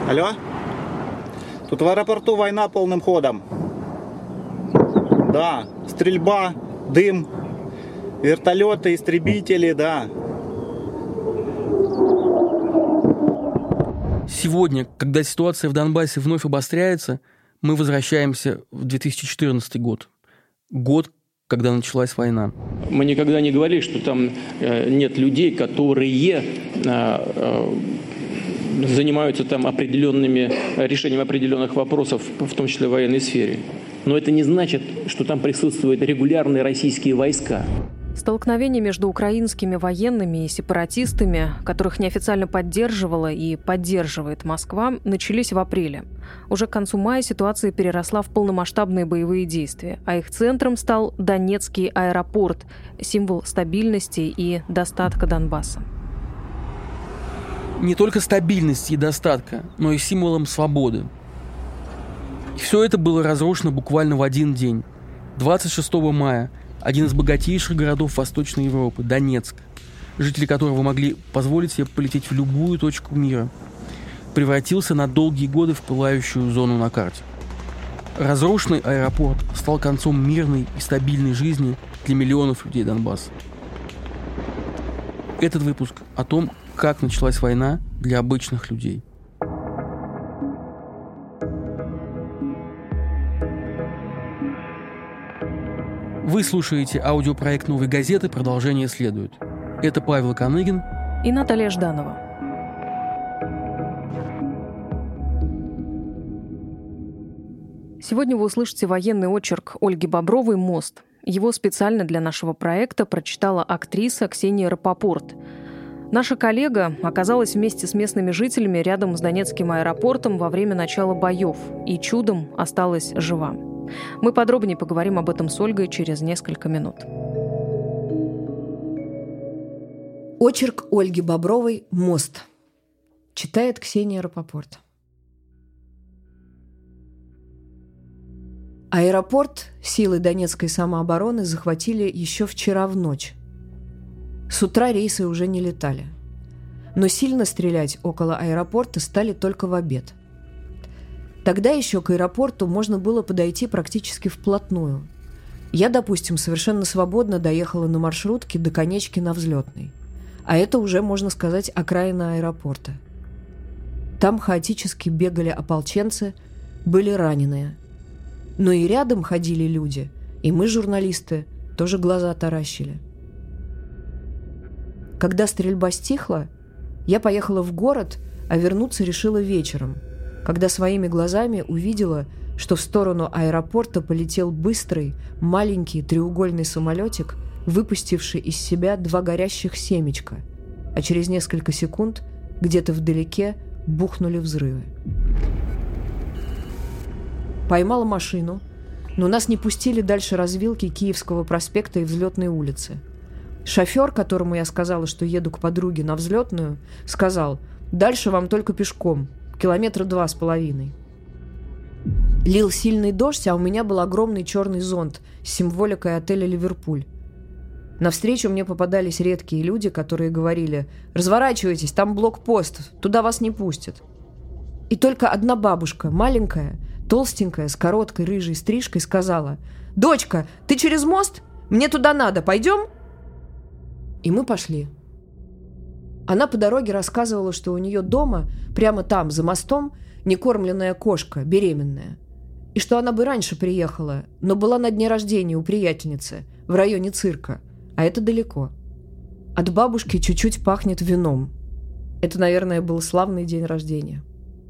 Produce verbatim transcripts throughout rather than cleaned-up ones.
Алло? Тут в аэропорту война полным ходом. Да, стрельба, дым, вертолеты, истребители, да. Сегодня, когда ситуация в Донбассе вновь обостряется, мы возвращаемся в две тысячи четырнадцатый год. Год, когда началась война. Мы никогда не говорили, что там э, нет людей, которые э, э, занимаются там определенными решением определенных вопросов, в том числе в военной сфере. Но это не значит, что там присутствуют регулярные российские войска. Столкновения между украинскими военными и сепаратистами, которых неофициально поддерживала и поддерживает Москва, начались в апреле. Уже к концу мая ситуация переросла в полномасштабные боевые действия, а их центром стал Донецкий аэропорт, символ стабильности и достатка Донбасса. Не только стабильности и достатка, но и символом свободы. И все это было разрушено буквально в один день. двадцать шестого мая один из богатейших городов Восточной Европы, Донецк, жители которого могли позволить себе полететь в любую точку мира, превратился на долгие годы в пылающую зону на карте. Разрушенный аэропорт стал концом мирной и стабильной жизни для миллионов людей Донбасса. Этот выпуск о том, как началась война для обычных людей. Вы слушаете аудиопроект «Новой газеты». Продолжение следует. Это Павел Коныгин и Наталья Жданова. Сегодня вы услышите военный очерк Ольги Бобровой «Мост». Его специально для нашего проекта прочитала актриса Ксения Рапопорт. Наша коллега оказалась вместе с местными жителями рядом с Донецким аэропортом во время начала боев и чудом осталась жива. Мы подробнее поговорим об этом с Ольгой через несколько минут. Очерк Ольги Бобровой «Мост». Читает Ксения Рапопорт. Аэропорт силы Донецкой самообороны захватили еще вчера в ночь. С утра рейсы уже не летали. Но сильно стрелять около аэропорта стали только в обед. Тогда еще к аэропорту можно было подойти практически вплотную. Я, допустим, совершенно свободно доехала на маршрутке до конечки на Взлетной. А это уже, можно сказать, окраина аэропорта. Там хаотически бегали ополченцы, были раненые. Но и рядом ходили люди, и мы, журналисты, тоже глаза таращили. Когда стрельба стихла, я поехала в город, а вернуться решила вечером, когда своими глазами увидела, что в сторону аэропорта полетел быстрый, маленький треугольный самолетик, выпустивший из себя два горящих семечка, а через несколько секунд где-то вдалеке бухнули взрывы. Поймала машину, но нас не пустили дальше развилки Киевского проспекта и Взлетной улицы. Шофер, которому я сказала, что еду к подруге на Взлетную, сказал: «Дальше вам только пешком, километра два с половиной». Лил сильный дождь, а у меня был огромный черный зонт с символикой отеля «Ливерпуль». Навстречу мне попадались редкие люди, которые говорили: «Разворачивайтесь, там блокпост, туда вас не пустят». И только одна бабушка, маленькая, толстенькая, с короткой рыжей стрижкой, сказала: «Дочка, ты через мост? Мне туда надо, пойдем?» И мы пошли. Она по дороге рассказывала, что у нее дома, прямо там, за мостом, некормленная кошка, беременная. И что она бы раньше приехала, но была на дне рождения у приятельницы, в районе цирка, а это далеко. От бабушки чуть-чуть пахнет вином. Это, наверное, был славный день рождения.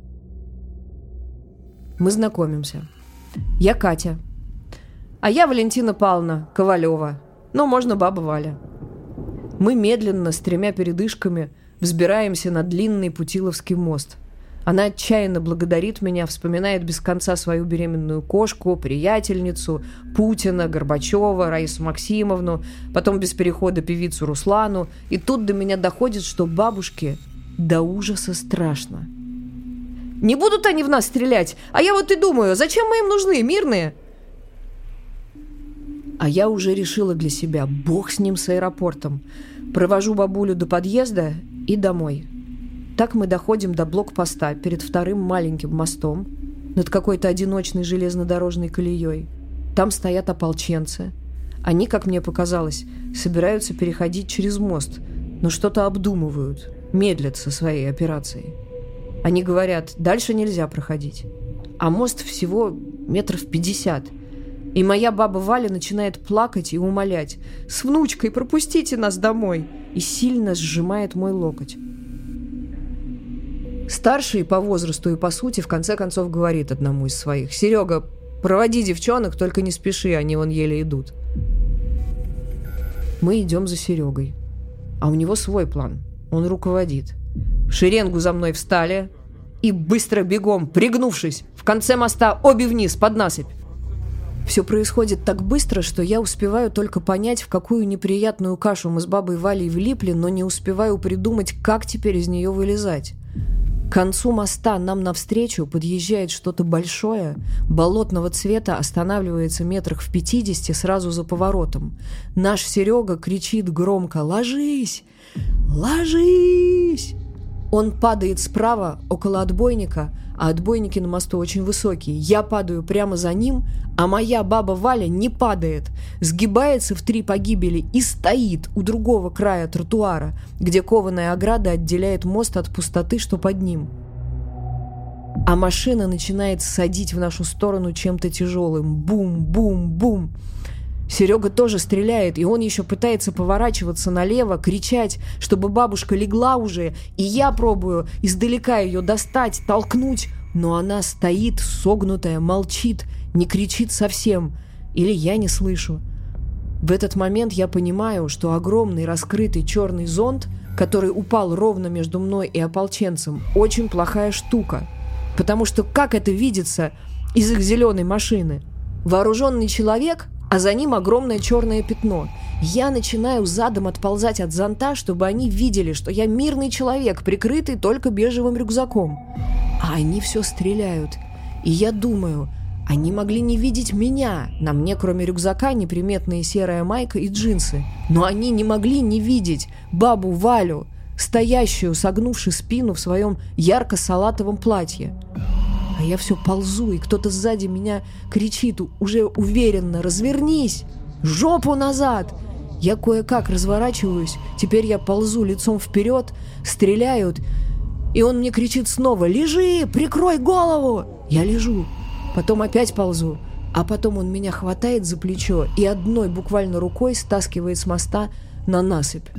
Мы знакомимся. Я Катя. А я Валентина Павловна Ковалева. Ну, можно баба Валя. Мы медленно, с тремя передышками, взбираемся на длинный Путиловский мост. Она отчаянно благодарит меня, вспоминает без конца свою беременную кошку, приятельницу, Путина, Горбачева, Раису Максимовну, потом без перехода певицу Руслану. И тут до меня доходит, что бабушке до ужаса страшно. «Не будут они в нас стрелять, а я вот и думаю, зачем мы им нужны, мирные?» А я уже решила для себя: бог с ним, с аэропортом. Провожу бабулю до подъезда и домой. Так мы доходим до блокпоста перед вторым маленьким мостом над какой-то одиночной железнодорожной колеей. Там стоят ополченцы. Они, как мне показалось, собираются переходить через мост, но что-то обдумывают, медлят со своей операцией. Они говорят, дальше нельзя проходить. А мост всего метров пятьдесят. И моя баба Валя начинает плакать и умолять: «С внучкой пропустите нас домой!» и сильно сжимает мой локоть. Старший по возрасту и по сути в конце концов говорит одному из своих: «Серега, проводи девчонок, только не спеши, они вон еле идут». Мы идем за Серегой. А у него свой план. Он руководит. В шеренгу за мной встали и быстро бегом, пригнувшись, в конце моста обе вниз, под насыпь. Все происходит так быстро, что я успеваю только понять, в какую неприятную кашу мы с бабой Валей влипли, но не успеваю придумать, как теперь из нее вылезать. К концу моста нам навстречу подъезжает что-то большое, болотного цвета, останавливается метрах в пятидесяти сразу за поворотом. Наш Серега кричит громко: «Ложись! Ложись!» Он падает справа, около отбойника, а отбойники на мосту очень высокие. Я падаю прямо за ним, а моя баба Валя не падает, сгибается в три погибели и стоит у другого края тротуара, где кованая ограда отделяет мост от пустоты, что под ним. А машина начинает садить в нашу сторону чем-то тяжелым. Бум-бум-бум. Серега тоже стреляет, и он еще пытается поворачиваться налево, кричать, чтобы бабушка легла уже, и я пробую издалека ее достать, толкнуть, но она стоит согнутая, молчит, не кричит совсем, или я не слышу. В этот момент я понимаю, что огромный раскрытый черный зонт, который упал ровно между мной и ополченцем, очень плохая штука, потому что как это видится из их зеленой машины? Вооруженный человек, а за ним огромное черное пятно. Я начинаю задом отползать от зонта, чтобы они видели, что я мирный человек, прикрытый только бежевым рюкзаком. А они все стреляют. И я думаю, они могли не видеть меня. На мне, кроме рюкзака, неприметная серая майка и джинсы. Но они не могли не видеть бабу Валю, стоящую, согнувши спину в своем ярко-салатовом платье. А я все ползу, и кто-то сзади меня кричит уже уверенно: «Развернись! Жопу назад!» Я кое-как разворачиваюсь, теперь я ползу лицом вперед, стреляют, и он мне кричит снова: «Лежи! Прикрой голову!» Я лежу, потом опять ползу, а потом он меня хватает за плечо и одной буквально рукой стаскивает с моста на насыпь.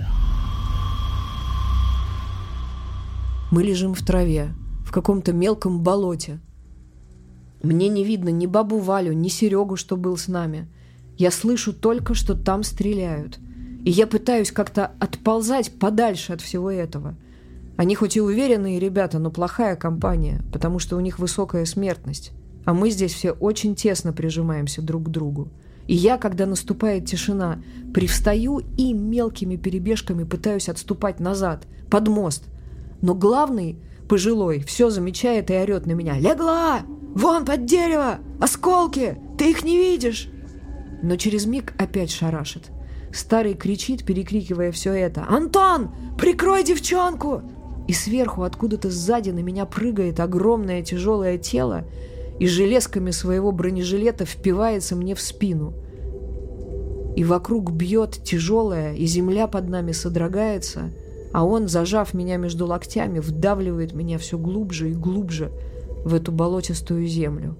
Мы лежим в траве, в каком-то мелком болоте. Мне не видно ни бабу Валю, ни Серегу, что был с нами. Я слышу только, что там стреляют. И я пытаюсь как-то отползать подальше от всего этого. Они хоть и уверенные ребята, но плохая компания, потому что у них высокая смертность. А мы здесь все очень тесно прижимаемся друг к другу. И я, когда наступает тишина, привстаю и мелкими перебежками пытаюсь отступать назад, под мост. Но главный, пожилой, все замечает и орет на меня: «Легла! Вон под дерево! Осколки! Ты их не видишь!» Но через миг опять шарашит. Старый кричит, перекрикивая все это: «Антон, прикрой девчонку!» И сверху, откуда-то сзади, на меня прыгает огромное тяжелое тело и железками своего бронежилета впивается мне в спину. И вокруг бьет тяжелое, и земля под нами содрогается, а он, зажав меня между локтями, вдавливает меня все глубже и глубже в эту болотистую землю.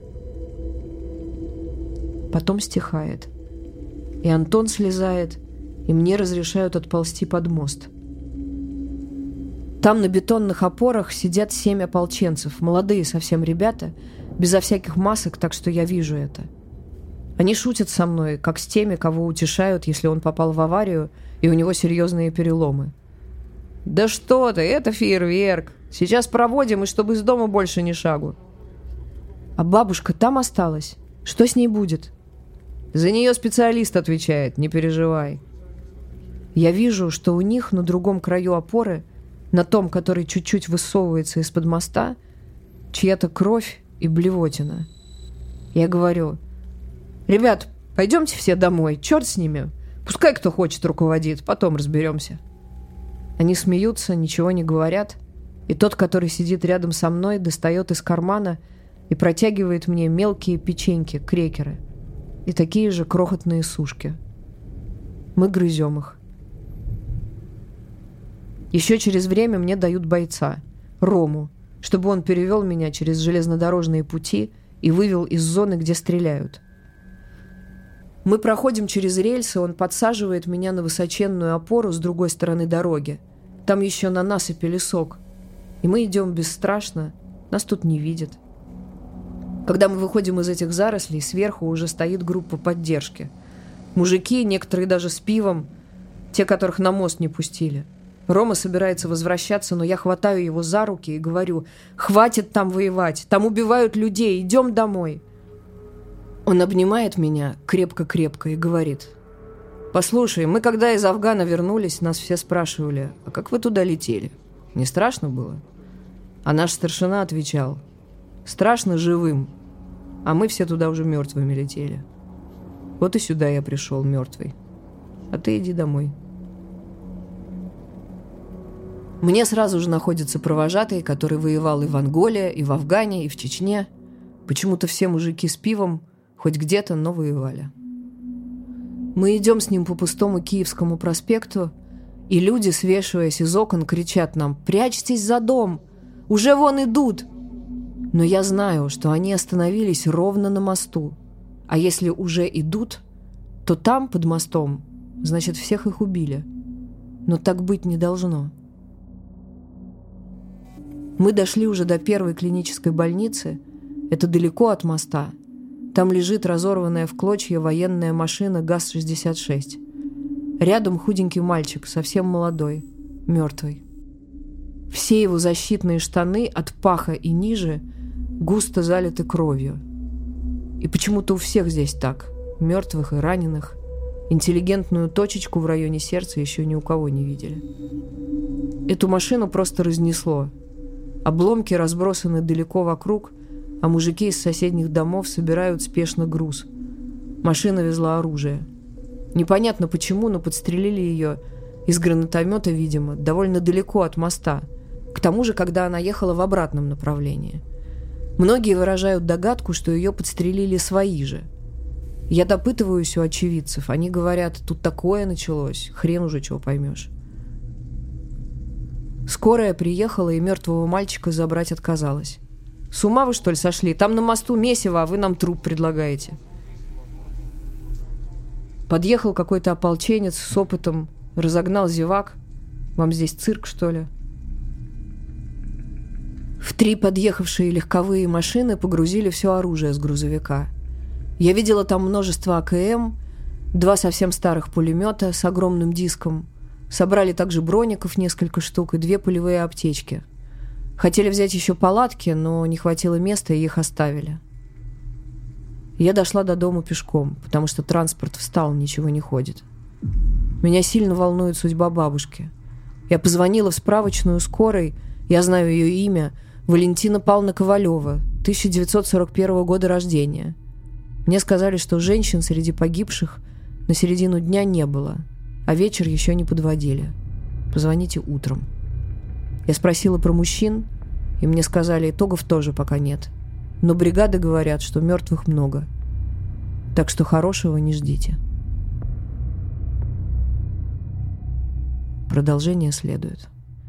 Потом стихает. И Антон слезает, и мне разрешают отползти под мост. Там на бетонных опорах сидят семь ополченцев, молодые совсем ребята, безо всяких масок, так что я вижу это. Они шутят со мной, как с теми, кого утешают, если он попал в аварию, и у него серьезные переломы. «Да что ты, это фейерверк. Сейчас проводим, и чтобы из дома больше ни шагу». «А бабушка там осталась? Что с ней будет?» «За нее специалист отвечает, не переживай». Я вижу, что у них на другом краю опоры, на том, который чуть-чуть высовывается из-под моста, чья-то кровь и блевотина. Я говорю: «Ребят, пойдемте все домой, черт с ними. Пускай кто хочет руководит, потом разберемся». Они смеются, ничего не говорят, И тот, который сидит рядом со мной, достает из кармана и протягивает мне мелкие печеньки, крекеры и такие же крохотные сушки. Мы грызем их. Еще через время мне дают бойца, Рому, чтобы он перевел меня через железнодорожные пути и вывел из зоны, где стреляют. Мы проходим через рельсы, он подсаживает меня на высоченную опору с другой стороны дороги. Там еще на насыпи лесок. И мы идем бесстрашно, нас тут не видят. Когда мы выходим из этих зарослей, сверху уже стоит группа поддержки. Мужики, некоторые даже с пивом, те, которых на мост не пустили. Рома собирается возвращаться, но я хватаю его за руки и говорю: «Хватит там воевать, там убивают людей, идем домой». Он обнимает меня крепко-крепко и говорит: «Послушай, мы когда из Афгана вернулись, нас все спрашивали: а как вы туда летели? Не страшно было?» А наш старшина отвечал: «Страшно живым, а мы все туда уже мертвыми летели. Вот и сюда я пришел мертвый. А ты иди домой». Мне сразу же находится провожатый, который воевал и в Анголе, и в Афгане, и в Чечне. Почему-то все мужики с пивом хоть где-то, но воевали. Мы идем с ним по пустому Киевскому проспекту, и люди, свешиваясь из окон, кричат нам: «Прячьтесь за дом! Уже вон идут!» Но я знаю, что они остановились ровно на мосту. А если уже идут, то там, под мостом, значит, всех их убили. Но так быть не должно. Мы дошли уже до первой клинической больницы. Это далеко от моста. Там лежит разорванная в клочья военная машина ГАЗ шестьдесят шесть. Рядом худенький мальчик, совсем молодой, мертвый. Все его защитные штаны от паха и ниже густо залиты кровью. И почему-то у всех здесь так, мертвых и раненых. Интеллигентную точечку в районе сердца еще ни у кого не видели. Эту машину просто разнесло. Обломки разбросаны далеко вокруг, а мужики из соседних домов собирают спешно груз. Машина везла оружие. Непонятно почему, но подстрелили ее из гранатомета, видимо, довольно далеко от моста. К тому же, когда она ехала в обратном направлении. Многие выражают догадку, что ее подстрелили свои же. Я допытываюсь у очевидцев. Они говорят: тут такое началось, хрен уже чего поймешь. Скорая приехала, и мертвого мальчика забрать отказалась. «С ума вы, что ли, сошли? Там на мосту месиво, а вы нам труп предлагаете». Подъехал какой-то ополченец с опытом, разогнал зевак. «Вам здесь цирк, что ли?» В три подъехавшие легковые машины погрузили все оружие с грузовика. Я видела там множество А К М, два совсем старых пулемета с огромным диском. Собрали также броников несколько штук и две полевые аптечки. Хотели взять еще палатки, но не хватило места, и их оставили. Я дошла до дома пешком, потому что транспорт встал, ничего не ходит. Меня сильно волнует судьба бабушки. Я позвонила в справочную скорой, я знаю ее имя, Валентина Павловна Ковалева, тысяча девятьсот сорок первого года рождения. Мне сказали, что женщин среди погибших на середину дня не было, а вечер еще не подводили. Позвоните утром. Я спросила про мужчин, и мне сказали, итогов тоже пока нет. Но бригады говорят, что мертвых много. Так что хорошего не ждите. Продолжение следует.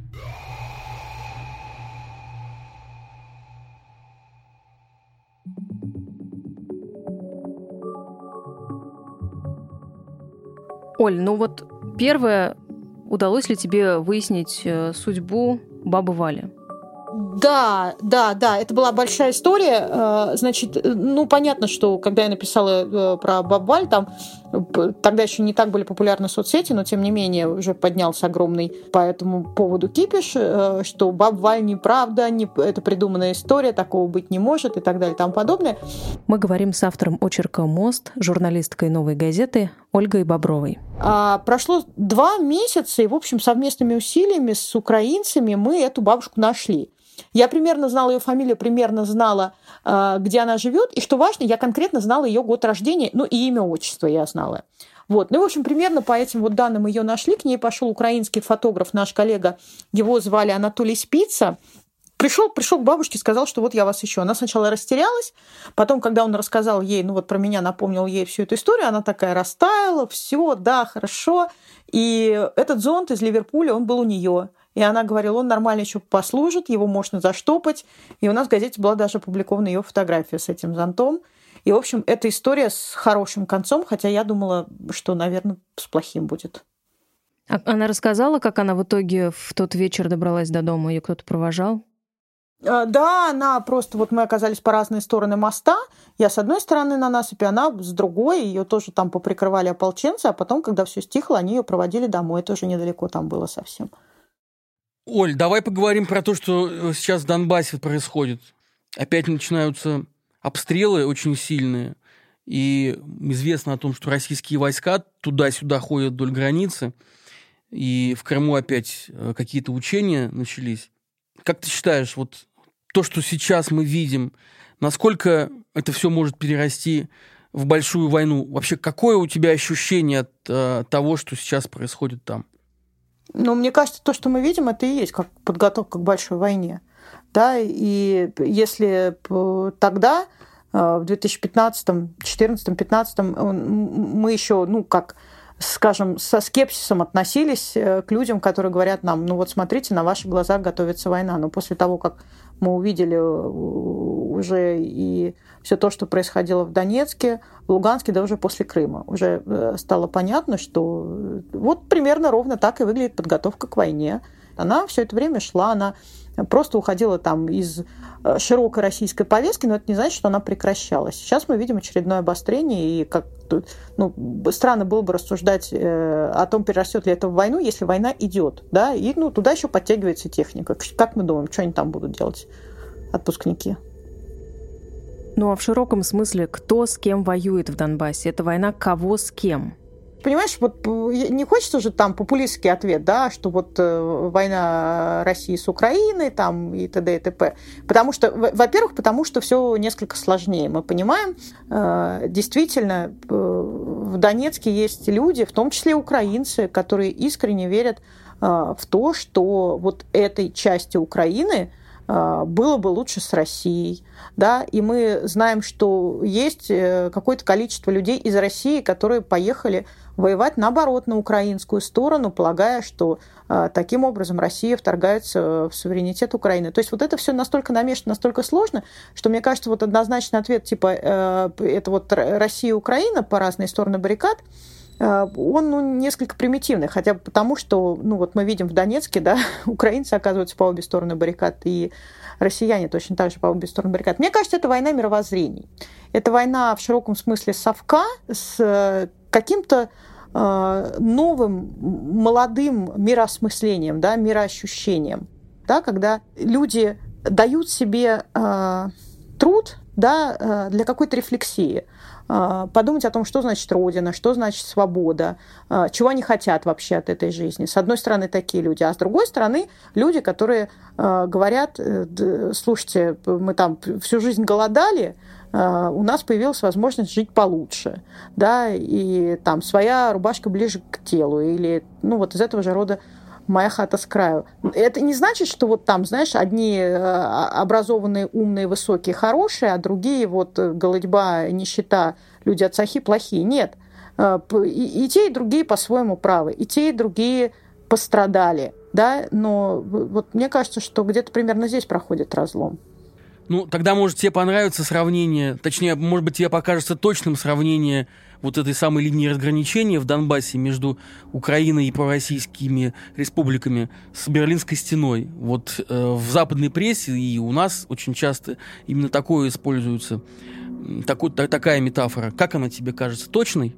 Оль, ну вот первое, удалось ли тебе выяснить э, судьбу бабы Вали? Да, да, да, это была большая история. Значит, ну, понятно, что когда я написала про бабу Валь, там тогда еще не так были популярны соцсети, но, тем не менее, уже поднялся огромный по этому поводу кипиш, что баба Валь неправда, не, это придуманная история, такого быть не может и так далее и тому подобное. Мы говорим с автором очерка «Мост», журналисткой «Новой газеты» Ольгой Бобровой. А, прошло два месяца, и, в общем, совместными усилиями с украинцами мы эту бабушку нашли. Я примерно знала ее фамилию, примерно знала, где она живет, и, что важно, я конкретно знала ее год рождения, ну и имя, отчество я знала. Вот. Ну, в общем, примерно по этим вот данным ее нашли. К ней пошел украинский фотограф, наш коллега, его звали Анатолий Спица. Пришел, пришел к бабушке, сказал, что вот я вас ищу. Она сначала растерялась, потом, когда он рассказал ей, ну вот про меня, напомнил ей всю эту историю, она такая растаяла, все, да, хорошо. И этот зонт из Ливерпуля, он был у нее. И она говорила, он нормально еще послужит, его можно заштопать. И у нас в газете была даже опубликована ее фотография с этим зонтом. И, в общем, эта история с хорошим концом, хотя я думала, что, наверное, с плохим будет. А она рассказала, как она в итоге в тот вечер добралась до дома? Ее кто-то провожал? Да, она просто... Вот мы оказались по разные стороны моста. Я с одной стороны на насыпи, она с другой. Ее тоже там поприкрывали ополченцы. А потом, когда все стихло, они ее проводили домой. Это уже недалеко там было совсем. Оль, давай поговорим про то, что сейчас в Донбассе происходит. Опять начинаются обстрелы очень сильные. И известно о том, что российские войска туда-сюда ходят вдоль границы. И в Крыму опять какие-то учения начались. Как ты считаешь, вот то, что сейчас мы видим, насколько это все может перерасти в большую войну? Вообще, какое у тебя ощущение от э, того, что сейчас происходит там? Ну, мне кажется, то, что мы видим, это и есть как подготовка к большой войне. Да? И если тогда, в две тысячи пятнадцатом, две тысячи четырнадцатом, две тысячи пятнадцатом, мы еще, ну, как... скажем, со скепсисом относились к людям, которые говорят нам, ну вот смотрите, на ваших глазах готовится война. Но после того, как мы увидели уже и все то, что происходило в Донецке, в Луганске, да уже после Крыма, уже стало понятно, что вот примерно ровно так и выглядит подготовка к войне. Она все это время шла, она просто уходила там из широкой российской повестки, но это не значит, что она прекращалась. Сейчас мы видим очередное обострение, и как, ну, странно было бы рассуждать э, о том, перерастет ли это в войну, если война идет, да, и ну, туда еще подтягивается техника. Как мы думаем, что они там будут делать, отпускники? Ну, а в широком смысле, кто с кем воюет в Донбассе? Это война кого с кем? Понимаешь, вот не хочется же там популистский ответ, да, что вот э, война России с Украиной там и т.д. и т.п. Потому что, во-первых, потому что все несколько сложнее. Мы понимаем, э, действительно, э, в Донецке есть люди, в том числе украинцы, которые искренне верят э, в то, что вот этой части Украины было бы лучше с Россией, да, и мы знаем, что есть какое-то количество людей из России, которые поехали воевать, наоборот, на украинскую сторону, полагая, что э, таким образом Россия вторгается в суверенитет Украины. То есть вот это все настолько намешано, настолько сложно, что, мне кажется, вот однозначный ответ, типа, э, это вот Россия и Украина по разные стороны баррикад, э, он ну, несколько примитивный, хотя бы потому, что, ну вот мы видим в Донецке, да, украинцы оказываются по обе стороны баррикад, и россияне точно так же по обе стороны баррикад. Мне кажется, это война мировоззрений. Это война в широком смысле совка с каким-то э, новым, молодым мироосмыслением, да, мироощущением, да, когда люди дают себе э, труд, да, э, для какой-то рефлексии, э, подумать о том, что значит Родина, что значит свобода, э, чего они хотят вообще от этой жизни. С одной стороны, такие люди, а с другой стороны, люди, которые э, говорят, э, слушайте, мы там всю жизнь голодали, у нас появилась возможность жить получше, да, и там своя рубашка ближе к телу, или, ну, вот из этого же рода моя хата с краю. Это не значит, что вот там, знаешь, одни образованные, умные, высокие, хорошие, а другие вот голодьба, нищета, люди отцахи плохие. Нет. И, и те, и другие по-своему правы, и те, и другие пострадали, да, но вот мне кажется, что где-то примерно здесь проходит разлом. Ну, тогда, может, тебе понравится сравнение, точнее, может быть, тебе покажется точным сравнение вот этой самой линии разграничения в Донбассе между Украиной и пророссийскими республиками с Берлинской стеной. Вот э, в западной прессе и у нас очень часто именно такое используется, такой, та, такая метафора. Как она тебе кажется? Точной?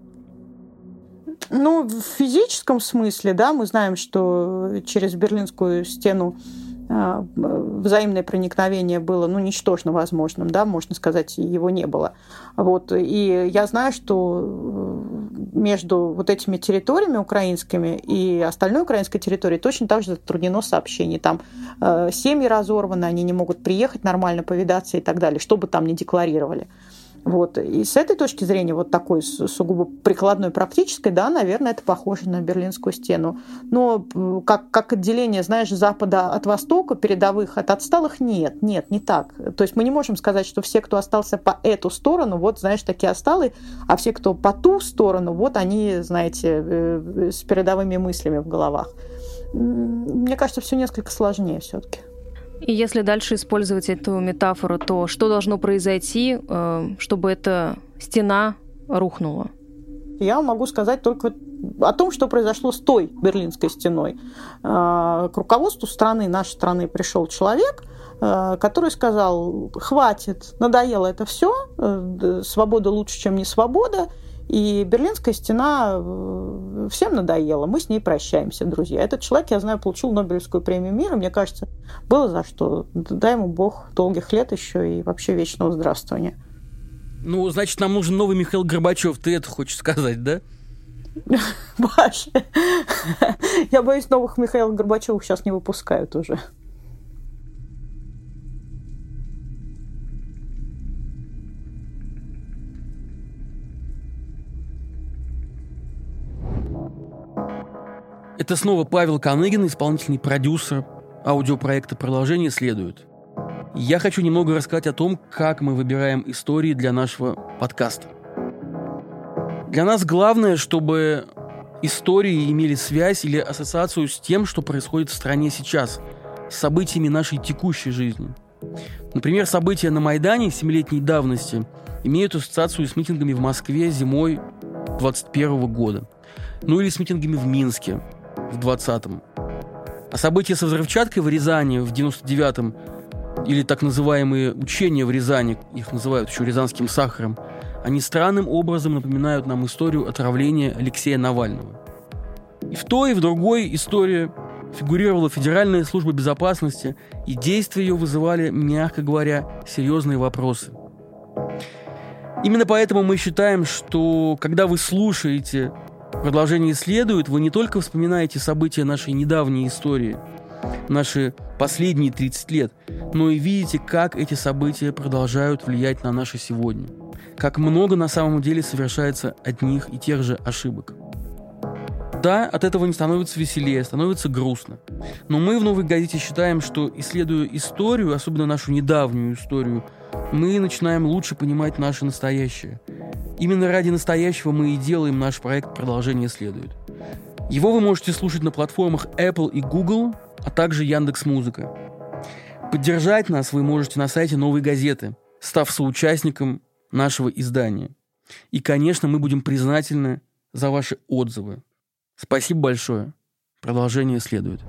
Ну, в физическом смысле, да, мы знаем, что через Берлинскую стену взаимное проникновение было, ну, ничтожно возможным, да, можно сказать, его не было. Вот. И я знаю, что между вот этими территориями украинскими и остальной украинской территорией точно так же затруднено сообщение. Там э, семьи разорваны, они не могут приехать нормально повидаться и так далее, что бы там ни декларировали. Вот. И с этой точки зрения, вот такой сугубо прикладной, практической, да, наверное, это похоже на Берлинскую стену. Но как, как отделение, знаешь, Запада от Востока, передовых от отсталых, нет, нет, не так. То есть мы не можем сказать, что все, кто остался по эту сторону, вот, знаешь, такие отсталые, а все, кто по ту сторону, вот они, знаете, с передовыми мыслями в головах. Мне кажется, все несколько сложнее все-таки. И если дальше использовать эту метафору, то что должно произойти, чтобы эта стена рухнула? Я могу сказать только о том, что произошло с той Берлинской стеной. К руководству страны, нашей страны, пришел человек, который сказал: хватит, надоело это все, свобода лучше, чем не свобода. И Берлинская стена всем надоела, мы с ней прощаемся, друзья. Этот человек, я знаю, получил Нобелевскую премию мира, мне кажется, было за что. Дай ему Бог долгих лет еще и вообще вечного здравствования. Ну, значит, нам нужен новый Михаил Горбачев, ты это хочешь сказать, да? Паша, я боюсь, новых Михаила Горбачевых сейчас не выпускают уже. Это снова Павел Коныгин, исполнительный продюсер аудиопроекта «Продолжение следует». Я хочу немного рассказать о том, как мы выбираем истории для нашего подкаста. Для нас главное, чтобы истории имели связь или ассоциацию с тем, что происходит в стране сейчас, с событиями нашей текущей жизни. Например, события на Майдане семилетней давности имеют ассоциацию с митингами в Москве зимой двадцать первого года. Ну или с митингами в Минске в двадцатом. А события со взрывчаткой в Рязани в девяносто девятом, или так называемые учения в Рязани, их называют еще рязанским сахаром, они странным образом напоминают нам историю отравления Алексея Навального. И в той, и в другой истории фигурировала Федеральная служба безопасности, и действия ее вызывали, мягко говоря, серьезные вопросы. Именно поэтому мы считаем, что когда вы слушаете «Продолжение следует», вы не только вспоминаете события нашей недавней истории, наши последние тридцать лет, но и видите, как эти события продолжают влиять на наше сегодня. Как много на самом деле совершается одних и тех же ошибок. Да, от этого не становится веселее, становится грустно. Но мы в «Новой газете» считаем, что, исследуя историю, особенно нашу недавнюю историю, мы начинаем лучше понимать наше настоящее. Именно ради настоящего мы и делаем наш проект «Продолжение следует». Его вы можете слушать на платформах Apple и Google, а также Яндекс.Музыка. Поддержать нас вы можете на сайте «Новой газеты», став соучастником нашего издания. И, конечно, мы будем признательны за ваши отзывы. Спасибо большое. Продолжение следует.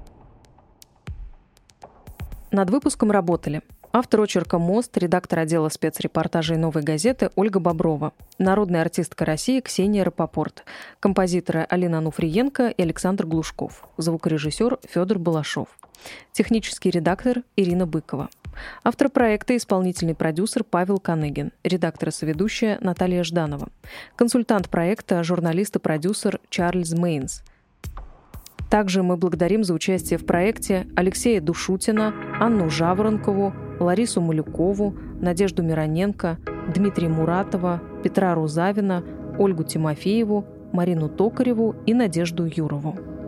Над выпуском работали автор очерка «Мост», редактор отдела спецрепортажей «Новой газеты» Ольга Боброва, народная артистка России Ксения Рапопорт, композиторы Алина Ануфриенко и Александр Глушков, звукорежиссер Федор Балашов, технический редактор Ирина Быкова, автор проекта и исполнительный продюсер Павел Коныгин, редактор и соведущая Наталья Жданова, консультант проекта, журналист и продюсер Чарльз Мейнс. Также мы благодарим за участие в проекте Алексея Душутина, Анну Жаворонкову, Ларису Малюкову, Надежду Мироненко, Дмитрия Муратова, Петра Рузавина, Ольгу Тимофееву, Марину Токареву и Надежду Юрову.